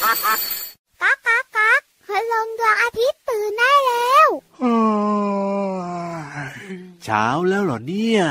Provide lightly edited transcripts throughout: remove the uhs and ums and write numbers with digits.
ก๊ากก๊ากก๊ากพลังดวงอาทิตย์ตื่นได้แล้วเช้าแล้วเหรอเนี่ย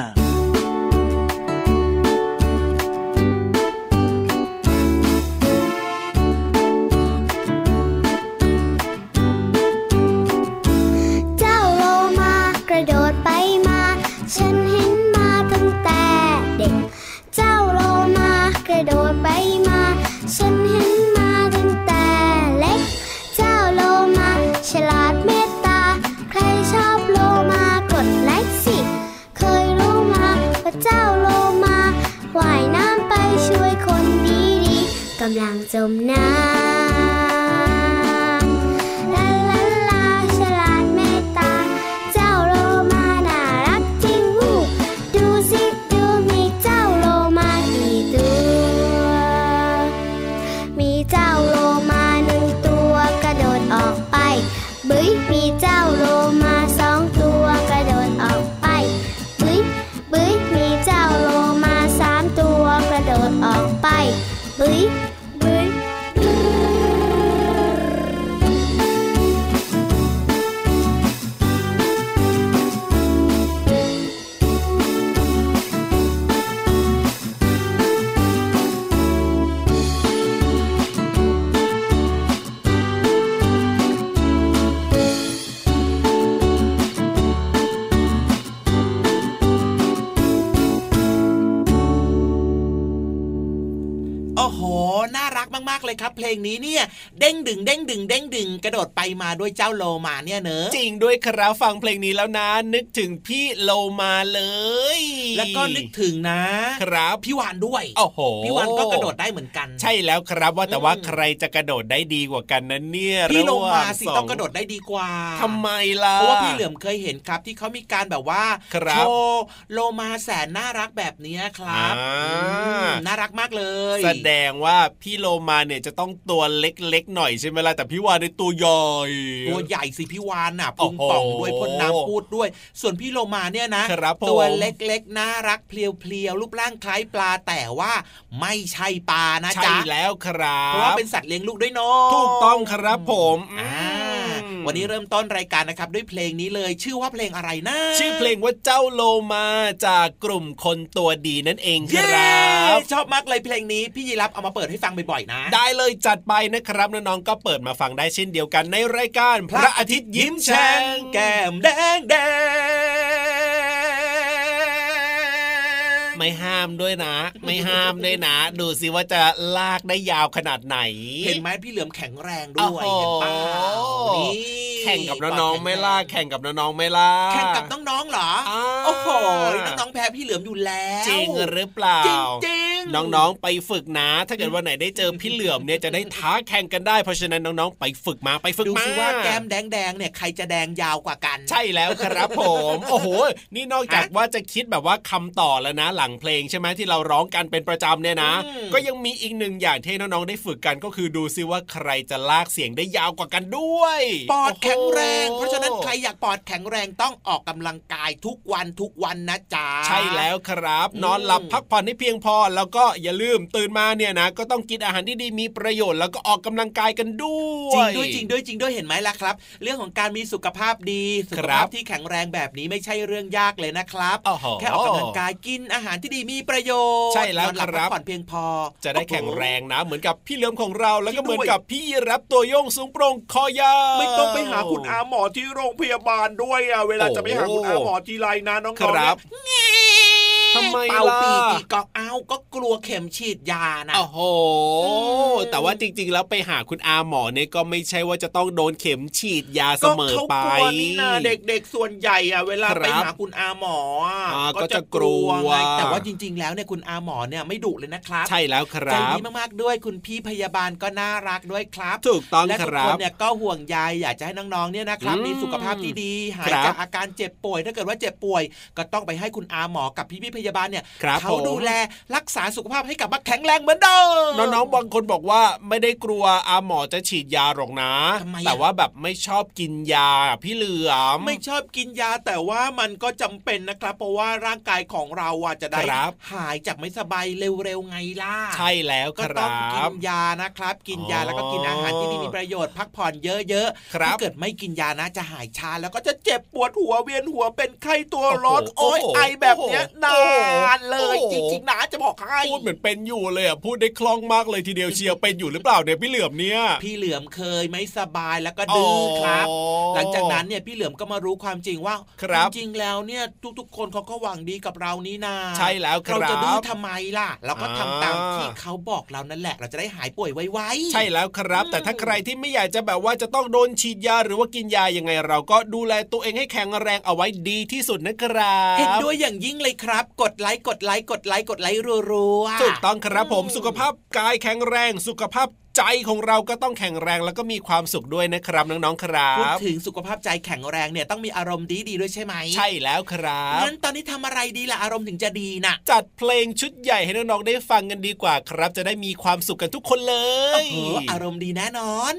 ฉันเห็นมาตั้งแต่เด็กเจ้าโลมากระโดดไปมาฉันเห็นมาตั้งแต่เล็กเจ้าโลมาฉลาดเมตตาใครชอบโลมากดไลค์สิเคยรู้มาว่าเจ้าโลมาว่ายน้ำไปช่วยคนดีๆกำลังจมน้ำมีเจ้าโลมาสองตัวกระโดดออกไปบึ้ยบึ้ยมีเจ้าโลมาสามตัวกระโดดออกไปบึ้ยบึ้ยโอ้โหน่ารักมากๆเลยครับเพลงนี้เนี่ยเด้งดึงเด้งดึงเด้งดึงกระโดดไปมาด้วยเจ้าโลมาเนี่ยเนอะจริงด้วยครับฟังเพลงนี้แล้วนะนึกถึงพี่โลมาเลยแล้วก็นึกถึงนะครับพี่วานด้วยโอ้โหพี่วานก็กระโดดได้เหมือนกันใช่แล้วครับว่าแต่ว่าใครจะกระโดดได้ดีกว่ากันนั้นเนี่ยพี่โลมาสิต้องกระโดดได้ดีกว่าทำไมล่ะเพราะว่าพี่เหลือมเคยเห็นครับที่เขามีการแบบว่าโชว์โลมาแสนน่ารักแบบนี้ครับน่ารักมากเลยแสดงว่าพี่โลมาเนี่ยจะต้องตัวเล็กๆหน่อยใช่ไหมล่ะแต่พี่วานในตัวใหญ่ตัวใหญ่สิพี่วานน่ะพุงป่องด้วยพ่นน้ำพูดด้วยส่วนพี่โลมาเนี่ยนะตัวเล็กๆน่ารักเพลียวๆรูปร่างคล้ายปลาแต่ว่าไม่ใช่ปลานะจ๊ะใช่แล้วครับเพราะว่าเป็นสัตว์เลี้ยงลูกด้วยเนาะถูกต้องครับผมวันนี้เริ่มต้นรายการนะครับด้วยเพลงนี้เลยชื่อว่าเพลงอะไรนะชื่อเพลงว่าเจ้าโลมาจากกลุ่มคนตัวดีนั่นเองครับชอบมากเลยเพลงนี้พี่ยีรับเอามาเปิดให้ฟังบ่อยๆนะได้เลยจัดไปนะครับน้องๆก็เปิดมาฟังได้เช่นเดียวกันในรายการพระอาทิตย์ยิ้มแฉ่งแก้มแดงแดงไม่ห้ามด้วยนะไม่ห้ามด้วยนะดูสิว่าจะลากได้ยาวขนาดไหนเห็นไหมพี่เหลือมแข็งแรงด้วยเห็นป่ะนี่แข่งกับน้องๆไม่ล่ะแข่งกับน้องๆไม่ล่ะแข่งกับน้องๆเหรอโอ้โหน้องๆแพ้พี่เหลือมอยู่แล้วจริงหรือเปล่าจริงน้องๆไปฝึกนะถ้าเกิดวันไหนได้เจอพี่เหลือมเนี่ยจะได้ท้าแข่งกันได้เพราะฉะนั้นน้องๆไปฝึกมาดูสิว่าแก้มแดงๆเนี่ยใครจะแดงยาวกว่ากันใช่แล้วครับผมโอ้โหนี่นอกจากว่าจะคิดแบบว่าคำต่อแล้วนะหลังเพลงใช่ไหมที่เราร้องกันเป็นประจำเนี่ยนะก็ยังมีอีกหนึ่งอย่างที่น้องๆได้ฝึกกันก็คือดูซิว่าใครจะลากเสียงได้ยาวกว่ากันด้วยปอดแข็งแรงเพราะฉะนั้นใครอยากปอดแข็งแรงต้องออกกำลังกายทุกวันนะจ๊ะใช่แล้วครับนอนหลับพักผ่อนให้เพียงพอแล้วก็อย่าลืมตื่นมาเนี่ยนะก็ต้องกินอาหารที่ดีมีประโยชน์แล้วก็ออกกำลังกายกันด้วยจริงด้วยเห็นไหมล่ะครับเรื่องของการมีสุขภาพดีสุขภาพที่แข็งแรงแบบนี้ไม่ใช่เรื่องยากเลยนะครับแค่ออกกำลังกายกินอาหารที่ดีมีประโยชน์ใช่แล้วครับผ่อนเพียงพอจะได้แข็งแรงนะเหมือนกับพี่เหลือมของเราแล้วก็เหมือนกับพี่รับตัวโยงสูงโปร่งคอยาวไม่ต้องไปหาคุณอาหมอที่โรงพยาบาลด้วยอ่ะเวลาจะไปหาคุณอาหมอทีไรนะน้องๆครับทำไมล่ะเป่าปีกก็ก็กลัวเข็มฉีดยานะโอ้โหแต่ว่าจริงๆแล้วไปหาคุณอาหมอเนี่ยก็ไม่ใช่ว่าจะต้องโดนเข็มฉีดยาเสมอไปก็เขากลัวนี่นะเด็กๆส่วนใหญ่อ่ะเวลาไปหาคุณอาหมอก็จะกลัวแต่ว่าจริงๆแล้วเนี่ยคุณอาหมอเนี่ยไม่ดุเลยนะครับใช่แล้วครับใจดีมากๆด้วยคุณพี่พยาบาลก็น่ารักด้วยครับถูกต้องครับและทุกคนเนี่ยก็ห่วงใยอยากจะให้น้องๆเนี่ยนะครับมีสุขภาพที่ดีหายจากอาการเจ็บป่วยถ้าเกิดว่าเจ็บป่วยก็ต้องไปให้คุณอาหมอกับพี่พยาบาลาลเนี่ยเขาดูแลรักษาสุขภาพให้กลับมาแข็งแรงเหมือนเดิมน้องๆบางคนบอกว่าไม่ได้กลัวหมอจะฉีดยาหรอกนะแต่ว่าแบบไม่ชอบกินยาพี่เหลือมไม่ชอบกินยาแต่ว่ามันก็จำเป็นนะครับเพราะว่าร่างกายของเราจะได้หายจากไม่สบายเร็วๆไงล่ะใช่แล้วก็ต้องกินยานะครับกินยาแล้วก็กินอาหารที่มีประโยชน์พักผ่อนเยอะๆถ้าเกิดไม่กินยานะจะหายช้าแล้วก็จะเจ็บปวดหัวเวียนหัวเป็นไข้ตัวร้อนโอ๊ยไอแบบเนี้ยนานเลยจริงๆนะจะบอกให้พูดเหมือนเป็นอยู่เลยพูดได้คล่องมากเลยทีเดียวเชียวเป็นอยู่หรือเปล่าเนี่ยพี่เหลือมเนี่ยพี่เหลือมเคยไม่สบายแล้วก็ดื้อครับหลังจากนั้นเนี่ยพี่เหลือมก็มารู้ความจริงว่าจริงๆแล้วเนี่ยทุกๆคนเขาก็หวังดีกับเรานี่นาใช่แล้วครับเราจะดื้อทำไมล่ะเราก็ทำตามที่เขาบอกเรานั่นแหละเราจะได้หายป่วยไวๆใช่แล้วครับแต่ถ้าใครที่ไม่อยากจะแบบว่าจะต้องโดนฉีดยาหรือว่ากินยายังไงเราก็ดูแลตัวเองให้แข็งแรงเอาไว้ดีที่สุดนะครับเห็นด้วยอย่างยิ่งเลยครับกดไลค์รัวๆถูกต้องครับผมสุขภาพกายแข็งแรงสุขภาพใจของเราก็ต้องแข็งแรงแล้วก็มีความสุขด้วยนะครับน้องๆครับพูดถึงสุขภาพใจแข็งแรงเนี่ยต้องมีอารมณ์ดีๆด้วยใช่ไหมใช่แล้วครับงั้นตอนนี้ทำอะไรดีล่ะอารมณ์ถึงจะดีนะจัดเพลงชุดใหญ่ให้น้องๆได้ฟังกันดีกว่าครับจะได้มีความสุขกันทุกคนเลยโอ้โหอารมณ์ดีแน่นอน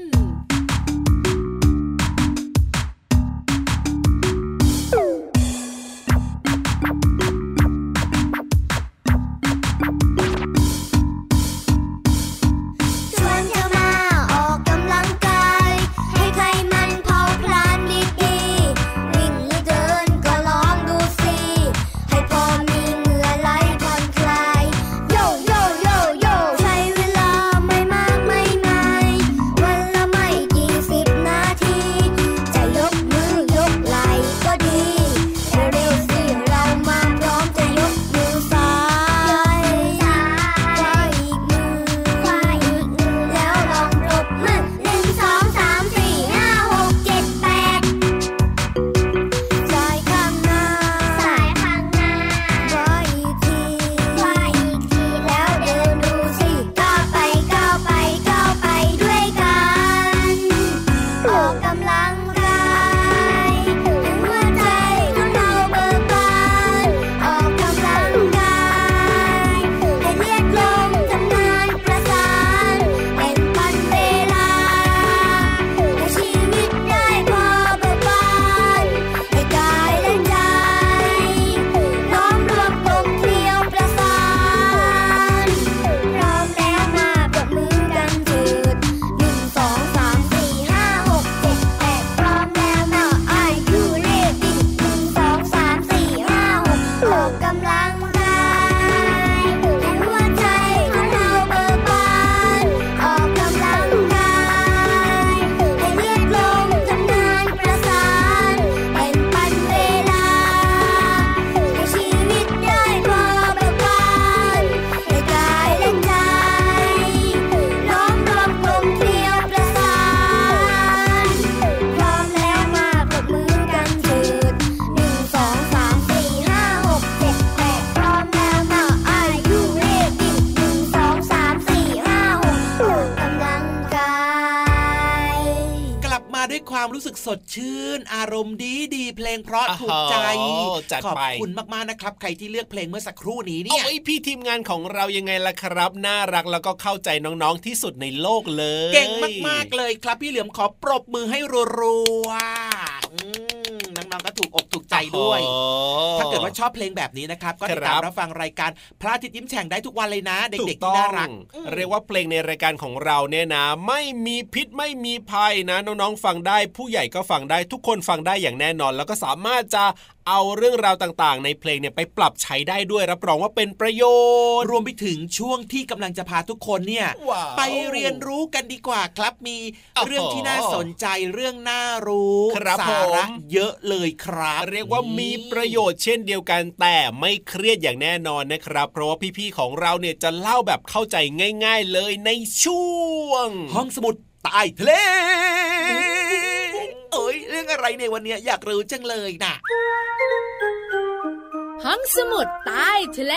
ความรู้สึกสดชื่นอารมณ์ดีเพลงเพราะถูกใจขอบคุณมากๆนะครับใครที่เลือกเพลงเมื่อสักครู่นี้เนี่ยพี่ทีมงานของเรายังไงล่ะครับน่ารักแล้วก็เข้าใจน้องๆที่สุดในโลกเลยเก่งมากๆเลยครับพี่เหลือมขอปรบมือให้รัวๆน้องๆก็ถูกอกถูกใจด้วยถ้าเกิดว่าชอบเพลงแบบนี้นะครับก็ติดตามรับฟังรายการพระอาทิตย์ยิ้มแฉ่งได้ทุกวันเลยนะเด็กๆที่น่ารักเรียกว่าเพลงในรายการของเราเนี่ยนะไม่มีพิษไม่มีภัยนะน้องๆฟังได้ผู้ใหญ่ก็ฟังได้ทุกคนฟังได้อย่างแน่นอนแล้วก็สามารถจะเอาเรื่องราวต่างๆในเพลงเนี่ยไปปรับใช้ได้ด้วยรับรองว่าเป็นประโยชน์รวมไปถึงช่วงที่กำลังจะพาทุกคนเนี่ยไปเรียนรู้กันดีกว่าครับมีเรื่องที่น่าสนใจเรื่องน่ารู้สาระเยอะเลยครับเรียกว่ามีประโยชน์เช่นเดียวกันแต่ไม่เครียดอย่างแน่นอนนะครับเพราะว่าพี่ๆของเราเนี่ยจะเล่าแบบเข้าใจง่ายๆเลยในช่วงห้องสมุดใต้ทะเลเอ้ยเรื่องอะไรในวันนี้อยากรู้จังเลยนะห้องสมุดใต้ทะเล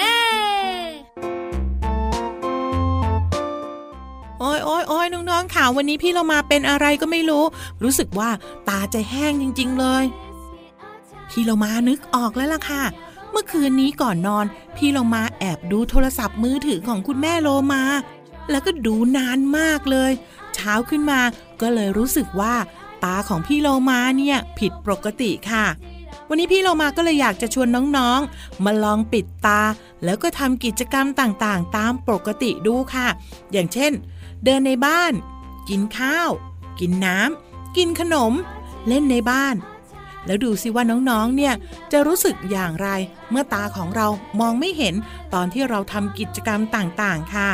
โอ้ยน้องๆค่ะวันนี้พี่เรามาเป็นอะไรก็ไม่รู้สึกว่าตาจะแห้งจริงๆเลยพี่เรามานึกออกแล้วล่ะค่ะเมื่อคืนนี้ก่อนนอนพี่โลมาแอบดูโทรศัพท์มือถือของคุณแม่โลมาแล้วก็ดูนานมากเลยเช้าขึ้นมาก็เลยรู้สึกว่าตาของพี่โลมาเนี่ยผิดปกติค่ะวันนี้พี่โลมาก็เลยอยากจะชวนน้องๆมาลองปิดตาแล้วก็ทำกิจกรรมต่างๆตามปกติดูค่ะอย่างเช่นเดินในบ้านกินข้าวกินน้ำกินขนมเล่นในบ้านแล้วดูสิว่าน้องๆเนี่ยจะรู้สึกอย่างไรเมื่อตาของเรามองไม่เห็นตอนที่เราทำกิจกรรมต่างๆค่ะ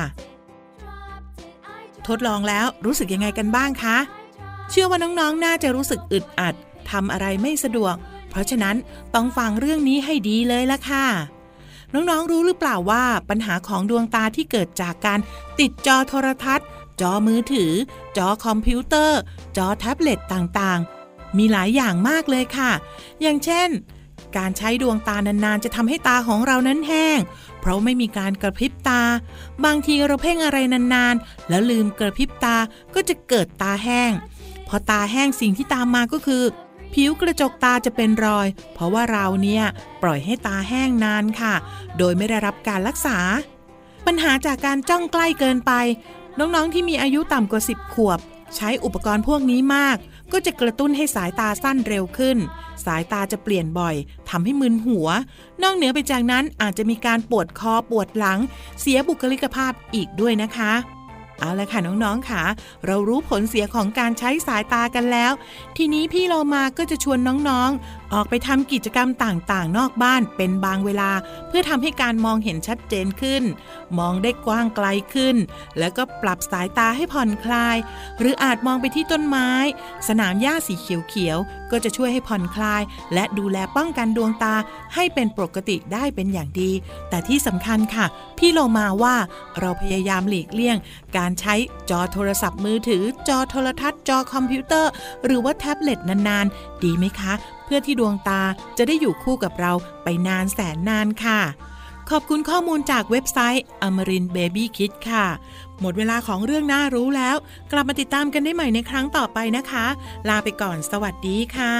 ทดลองแล้วรู้สึกยังไงกันบ้างคะเชื่อว่าน้องๆน่าจะรู้สึกอึดอัดทำอะไรไม่สะดวกเพราะฉะนั้นต้องฟังเรื่องนี้ให้ดีเลยละค่ะน้องๆรู้หรือเปล่าว่าปัญหาของดวงตาที่เกิดจากการติดจอโทรทัศน์จอมือถือจอคอมพิวเตอร์จอแท็บเล็ตต่างๆมีหลายอย่างมากเลยค่ะอย่างเช่นการใช้ดวงตานานๆจะทำให้ตาของเรานั้นแห้งเพราะไม่มีการกระพริบตาบางทีเราเพ่งอะไรนานๆแล้วลืมกระพริบตาก็จะเกิดตาแห้งพอตาแห้งสิ่งที่ตามมาก็คือผิวกระจกตาจะเป็นรอยเพราะว่าเราเนี่ยปล่อยให้ตาแห้งนานค่ะโดยไม่ได้รับการรักษาปัญหาจากการจ้องใกล้เกินไปน้องๆที่มีอายุต่ำกว่า10 ขวบใช้อุปกรณ์พวกนี้มากก็จะกระตุ้นให้สายตาสั้นเร็วขึ้นสายตาจะเปลี่ยนบ่อยทำให้มึนหัวนอกเหนือไปจากนั้นอาจจะมีการปวดคอปวดหลังเสียบุคลิกภาพอีกด้วยนะคะเอาละค่ะน้องๆค่ะเรารู้ผลเสียของการใช้สายตากันแล้วทีนี้พี่โลมาก็จะชวนน้องๆออกไปทำกิจกรรมต่างๆนอกบ้านเป็นบางเวลาเพื่อทำให้การมองเห็นชัดเจนขึ้นมองได้กว้างไกลขึ้นแล้วก็ปรับสายตาให้ผ่อนคลายหรืออาจมองไปที่ต้นไม้สนามหญ้าสีเขียวๆก็จะช่วยให้ผ่อนคลายและดูแลป้องกันดวงตาให้เป็นปกติได้เป็นอย่างดีแต่ที่สำคัญค่ะพี่โลมาว่าเราพยายามหลีกเลี่ยงการใช้จอโทรศัพท์มือถือจอโทรทัศน์จอคอมพิวเตอร์หรือว่าแท็บเล็ตนานๆดีไหมคะเพื่อที่ดวงตาจะได้อยู่คู่กับเราไปนานแสนนานค่ะขอบคุณข้อมูลจากเว็บไซต์ Amarin Baby Kids ค่ะหมดเวลาของเรื่องน่ารู้แล้วกลับมาติดตามกันได้ใหม่ในครั้งต่อไปนะคะลาไปก่อนสวัสดีค่ะ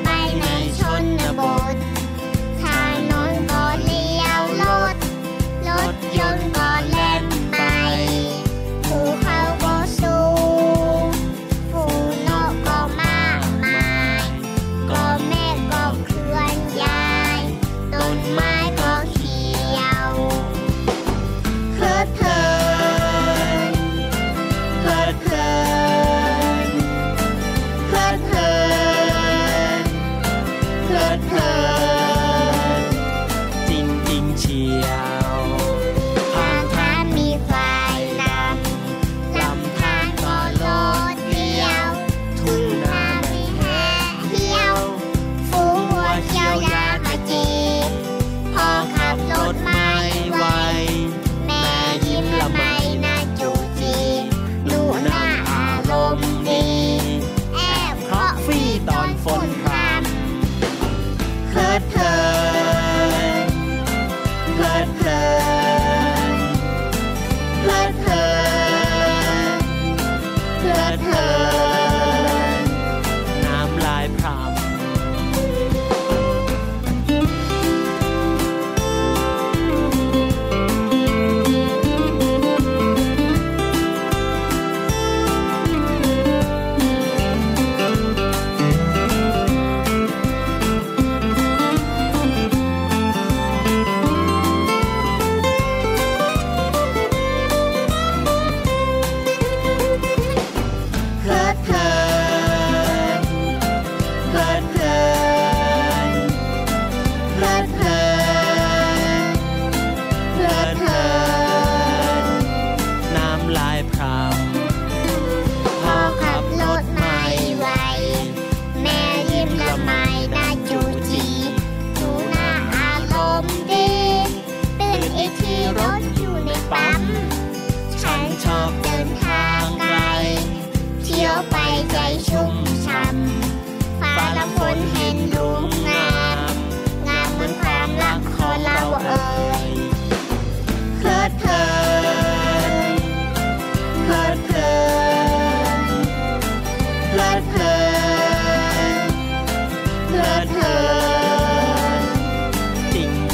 ร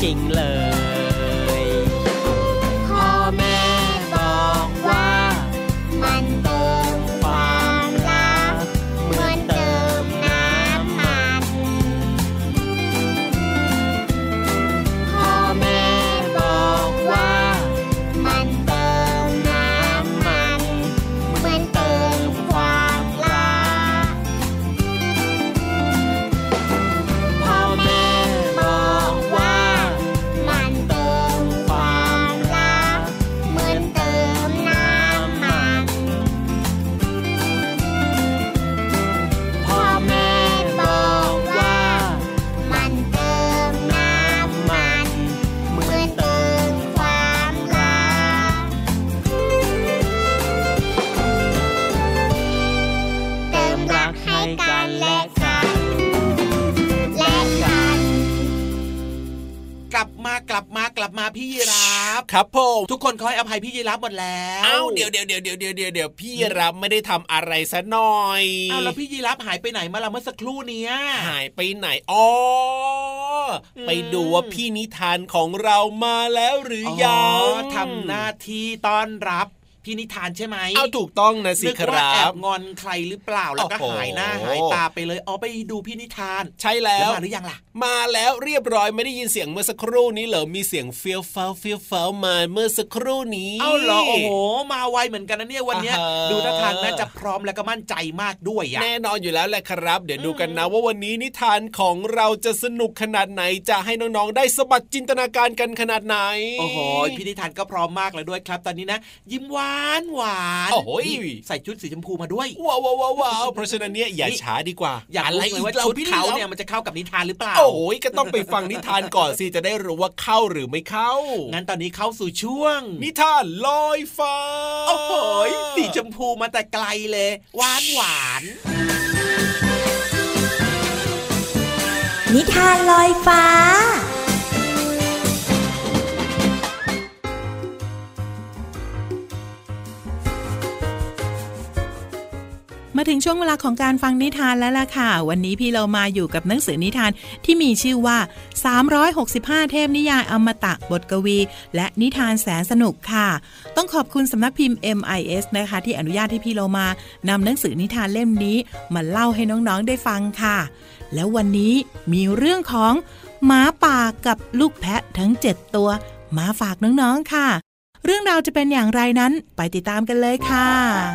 ริงๆเลยพ่อแม่บอกว่ามันเติมความรักเหมือนเติมน้ำมันพ่อแม่บอกว่ามันเติมน้ำมันเหมือนเติมความรักพ่อแม่บอกว่ามันเติมความรักเหมือนเติมน้ำมันพ่อแม่บอกว่ามันเติมน้ำมันเหมือนเติมความรักเติมรักให้กันและกันและกันกลับมาพี่ยีราฟครับผมทุกคนคอยอภัยพี่ยีราฟหมดแล้วเอ้าเดี๋ยวพี่รับไม่ได้ทำอะไรซะหน่อยเอ้าแล้วพี่ยีราฟหายไปไหนมาล่ะเมื่อสักครู่เนี้ยหายไปไหนอ๋อไปดูว่าพี่นิทานของเรามาแล้วหรือยังทำหน้าที่ต้อนรับพี่นิทานใช่ไหมเอาถูกต้องนะสิครับแอบงอนใครหรือเปล่าแล้วก็หายหน้าหายตาไปเลยไปดูพี่นิทานใช่แล้วมาหรือยังล่ะมาแล้วเรียบร้อยไม่ได้ยินเสียงเมื่อสักครู่นี้เหรอมีเสียงเฟี้ยวฟ้าวมาเมื่อสักครู่นี้เอาเหรอโอ้โหมาไวเหมือนกันนะเนี่ยวันนี้ดูท่าทางน่าจะพร้อมและก็มั่นใจมากด้วยแน่นอนอยู่แล้วแหละครับเดี๋ยวดูกันนะว่าวันนี้นิทานของเราจะสนุกขนาดไหนจะให้น้องๆได้สะบัดจินตนาการกันขนาดไหนโอ้โหพี่นิทานก็พร้อมมากเลยด้วยครับตอนนี้นะยิ้มหวานโอ้โหใส่ชุดสีชมพูมาด้วยว้าวเพราะฉะนั้นเนี่ยอย่าช้าดีกว่าอยากรู้เลยว่าชุดเขาเนี่ยมันจะเข้ากับนิทานหรือเปล่าโอ้ยก็ต้องไปฟังนิทานก่อนสิจะได้รู้ว่าเข้าหรือไม่เข้างั้นตอนนี้เข้าสู่ช่วงนิทานลอยฟ้าโอ้โหสีชมพูมาแต่ไกลเลยหวานนิทานลอยฟ้ามาถึงช่วงเวลาของการฟังนิทานแล้วล่ะค่ะวันนี้พี่เรามาอยู่กับหนังสือนิทานที่มีชื่อว่า365เทพนิยายอมตะบทกวีและนิทานแสนสนุกค่ะต้องขอบคุณสำนักพิมพ์ MIS นะคะที่อนุญาตให้พี่เรามานำหนังสือนิทานเล่มนี้มาเล่าให้น้องๆได้ฟังค่ะแล้ววันนี้มีเรื่องของหมาป่ากับลูกแพะทั้ง7ตัวมาฝากน้องๆค่ะเรื่องราวจะเป็นอย่างไรนั้นไปติดตามกันเลยค่ะ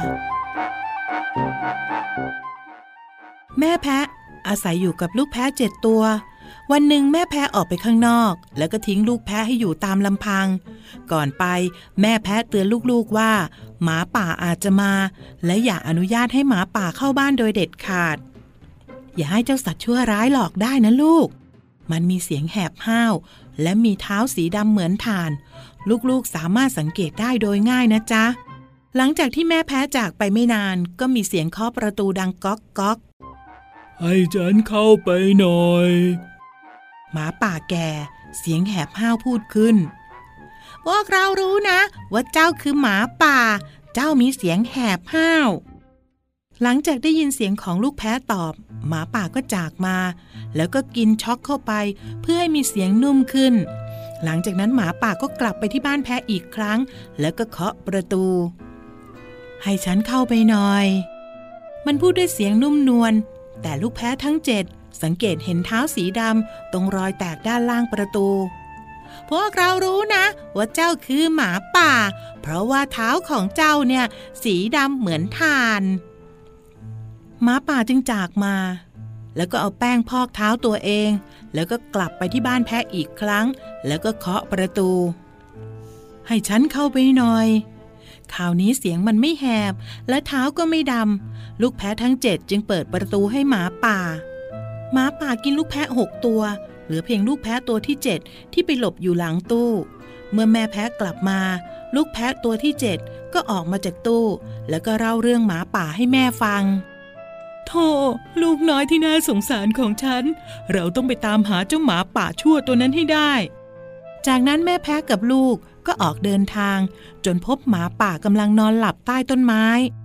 แม่แพะอาศัยอยู่กับลูกแพะ7ตัววันหนึ่งแม่แพะออกไปข้างนอกแล้วก็ทิ้งลูกแพะให้อยู่ตามลำพังก่อนไปแม่แพะเตือนลูกๆว่าหมาป่าอาจจะมาและอย่าอนุญาตให้หมาป่าเข้าบ้านโดยเด็ดขาดอย่าให้เจ้าสัตว์ชั่วร้ายหลอกได้นะลูกมันมีเสียงแหบห้าวและมีเท้าสีดำเหมือนถ่านลูกๆสามารถสังเกตได้โดยง่ายนะจ๊ะหลังจากที่แม่แพะจากไปไม่นานก็มีเสียงเคาะประตูดังก๊อกก๊อกให้ฉันเข้าไปหน่อยหมาป่าแก่เสียงแหบห้าวพูดขึ้นพวกเรารู้นะว่าเจ้าคือหมาป่าเจ้ามีเสียงแหบห้าวหลังจากได้ยินเสียงของลูกแพะตอบหมาป่าก็จากมาแล้วก็กินช็อกเข้าไปเพื่อให้มีเสียงนุ่มขึ้นหลังจากนั้นหมาป่าก็กลับไปที่บ้านแพะอีกครั้งแล้วก็เคาะประตูให้ฉันเข้าไปหน่อยมันพูดด้วยเสียงนุ่มนวลแต่ลูกแพะทั้ง7สังเกตเห็นเท้าสีดำตรงรอยแตกด้านล่างประตูพวกเรารู้นะว่าเจ้าคือหมาป่าเพราะว่าเท้าของเจ้าเนี่ยสีดำเหมือนถ่านหมาป่าจึงจากมาแล้วก็เอาแป้งพอกเท้าตัวเองแล้วก็กลับไปที่บ้านแพะอีกครั้งแล้วก็เคาะประตูให้ฉันเข้าไปหน่อยคราวนี้เสียงมันไม่แหบและเท้าก็ไม่ดำลูกแพะทั้ง7จึงเปิดประตูให้หมาป่ากินลูกแพะ6ตัวเหลือเพียงลูกแพะตัวที่7ที่ไปหลบอยู่หลังตู้เมื่อแม่แพะกลับมาลูกแพะตัวที่7ก็ออกมาจากตู้แล้วก็เล่าเรื่องหมาป่าให้แม่ฟังโธ่ลูกน้อยที่น่าสงสารของฉันเราต้องไปตามหาเจ้าหมาป่าชั่วตัวนั้นให้ได้จากนั้นแม่แพะกับลูกก็ออกเดินทางจนพบหมาป่ากำลังนอนหลับใต้ต้นไม้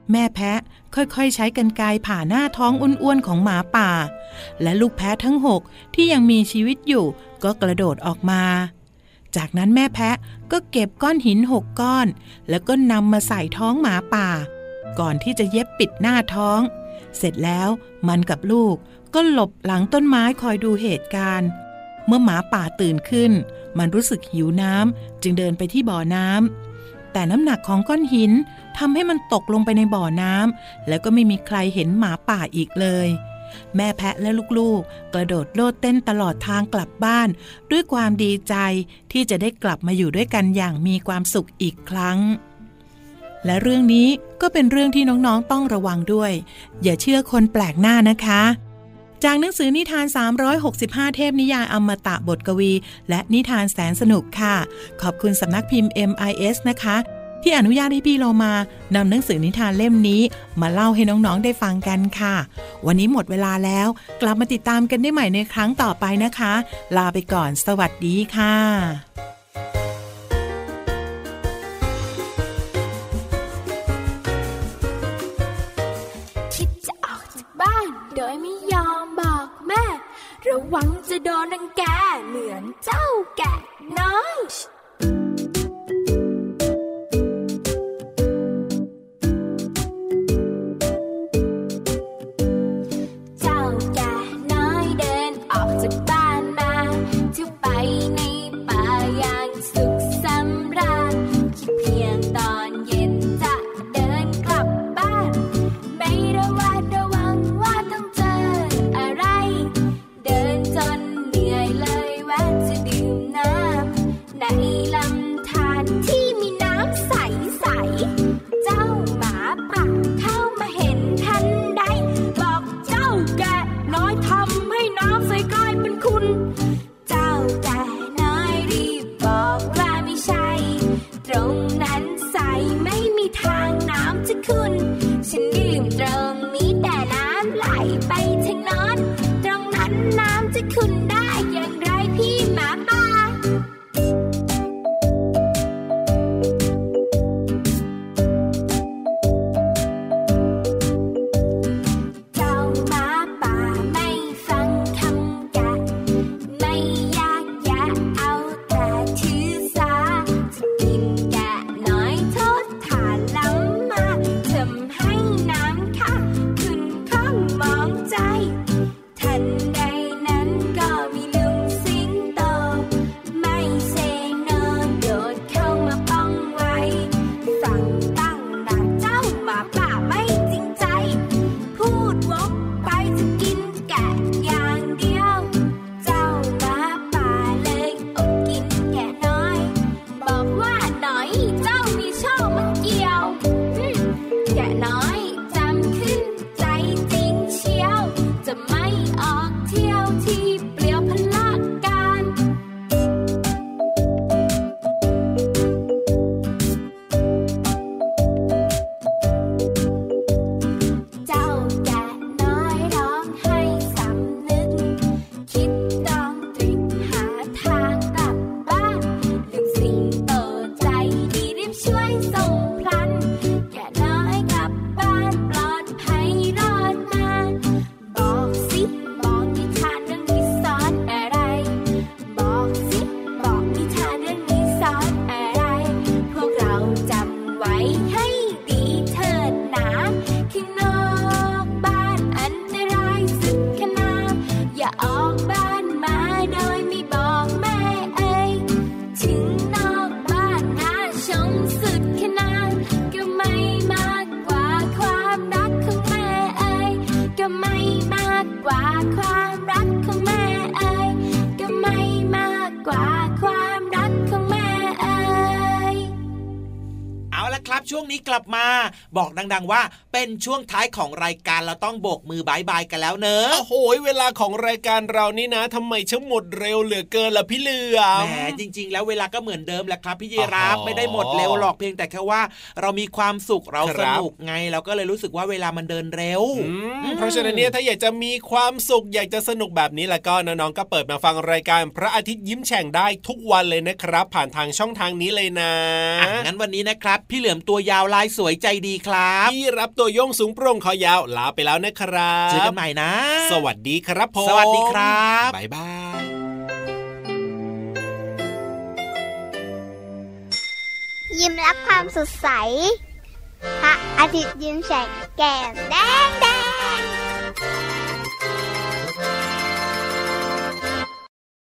แม่แพะค่อยๆใช้กรรไกรผ่าหน้าท้องอ้วนๆของหมาป่าและลูกแพะทั้ง6ที่ยังมีชีวิตอยู่ก็กระโดดออกมาจากนั้นแม่แพะก็เก็บก้อนหิน6ก้อนแล้วก็นำมาใส่ท้องหมาป่าก่อนที่จะเย็บปิดหน้าท้องเสร็จแล้วมันกับลูกก็หลบหลังต้นไม้คอยดูเหตุการณ์เมื่อหมาป่าตื่นขึ้นมันรู้สึกหิวน้ำจึงเดินไปที่บ่อน้ำแต่น้ำหนักของก้อนหินทำให้มันตกลงไปในบ่อน้ำแล้วก็ไม่มีใครเห็นหมาป่าอีกเลยแม่แพะและลูกๆกระโดดโลดเต้นตลอดทางกลับบ้านด้วยความดีใจที่จะได้กลับมาอยู่ด้วยกันอย่างมีความสุขอีกครั้งและเรื่องนี้ก็เป็นเรื่องที่น้องๆต้องระวังด้วยอย่าเชื่อคนแปลกหน้านะคะจากหนังสือนิทาน365เทพนิยายอมตะบทกวีและนิทานแสนสนุกค่ะขอบคุณสำนักพิมพ์ MIS นะคะที่อนุญาตให้พี่โลมานำหนังสือนิทานเล่มนี้มาเล่าให้น้องๆได้ฟังกันค่ะวันนี้หมดเวลาแล้วกลับมาติดตามกันได้ใหม่ในครั้งต่อไปนะคะลาไปก่อนสวัสดีค่ะคิดจะออกจากบ้านโดยไม่ยอมบอกแม่ระวังจะโดนรังแกเหมือนเจ้าแกะน้อยช่วงนี้กลับมาบอกดังๆว่าเป็นช่วงท้ายของรายการเราต้องโบกมือบายบายกันแล้วเนอะโอ้โหเวลาของรายการเรานี่นะทำไมช่างหมดเร็วเหลือเกินล่ะพี่เหลือมแหมจริงๆแล้วเวลาก็เหมือนเดิมแหละครับพี่ยีราฟไม่ได้หมดเร็วหรอกเพียงแต่แค่ว่าเรามีความสุขเราสนุกไงเราก็เลยรู้สึกว่าเวลามันเดินเร็วเพราะฉะนั้นเนี่ยถ้าอยากจะมีความสุขอยากจะสนุกแบบนี้แล้วก็น้องๆก็เปิดมาฟังรายการพระอาทิตย์ยิ้มแฉ่งได้ทุกวันเลยนะครับผ่านทางช่องทางนี้เลยนะงั้นวันนี้นะครับพี่เหลือมตัวยาวลายสวยใจดีครับพี่รับตัวโยงสูงโปร่งคอยาวลาไปแล้วนะครับเจอกันใหม่นะสวัสดีครับผมสวัสดีครับบ๊ายบายยิ้มรับความสดใสพระอาทิตย์ยิ้มแฉกแก้มแดง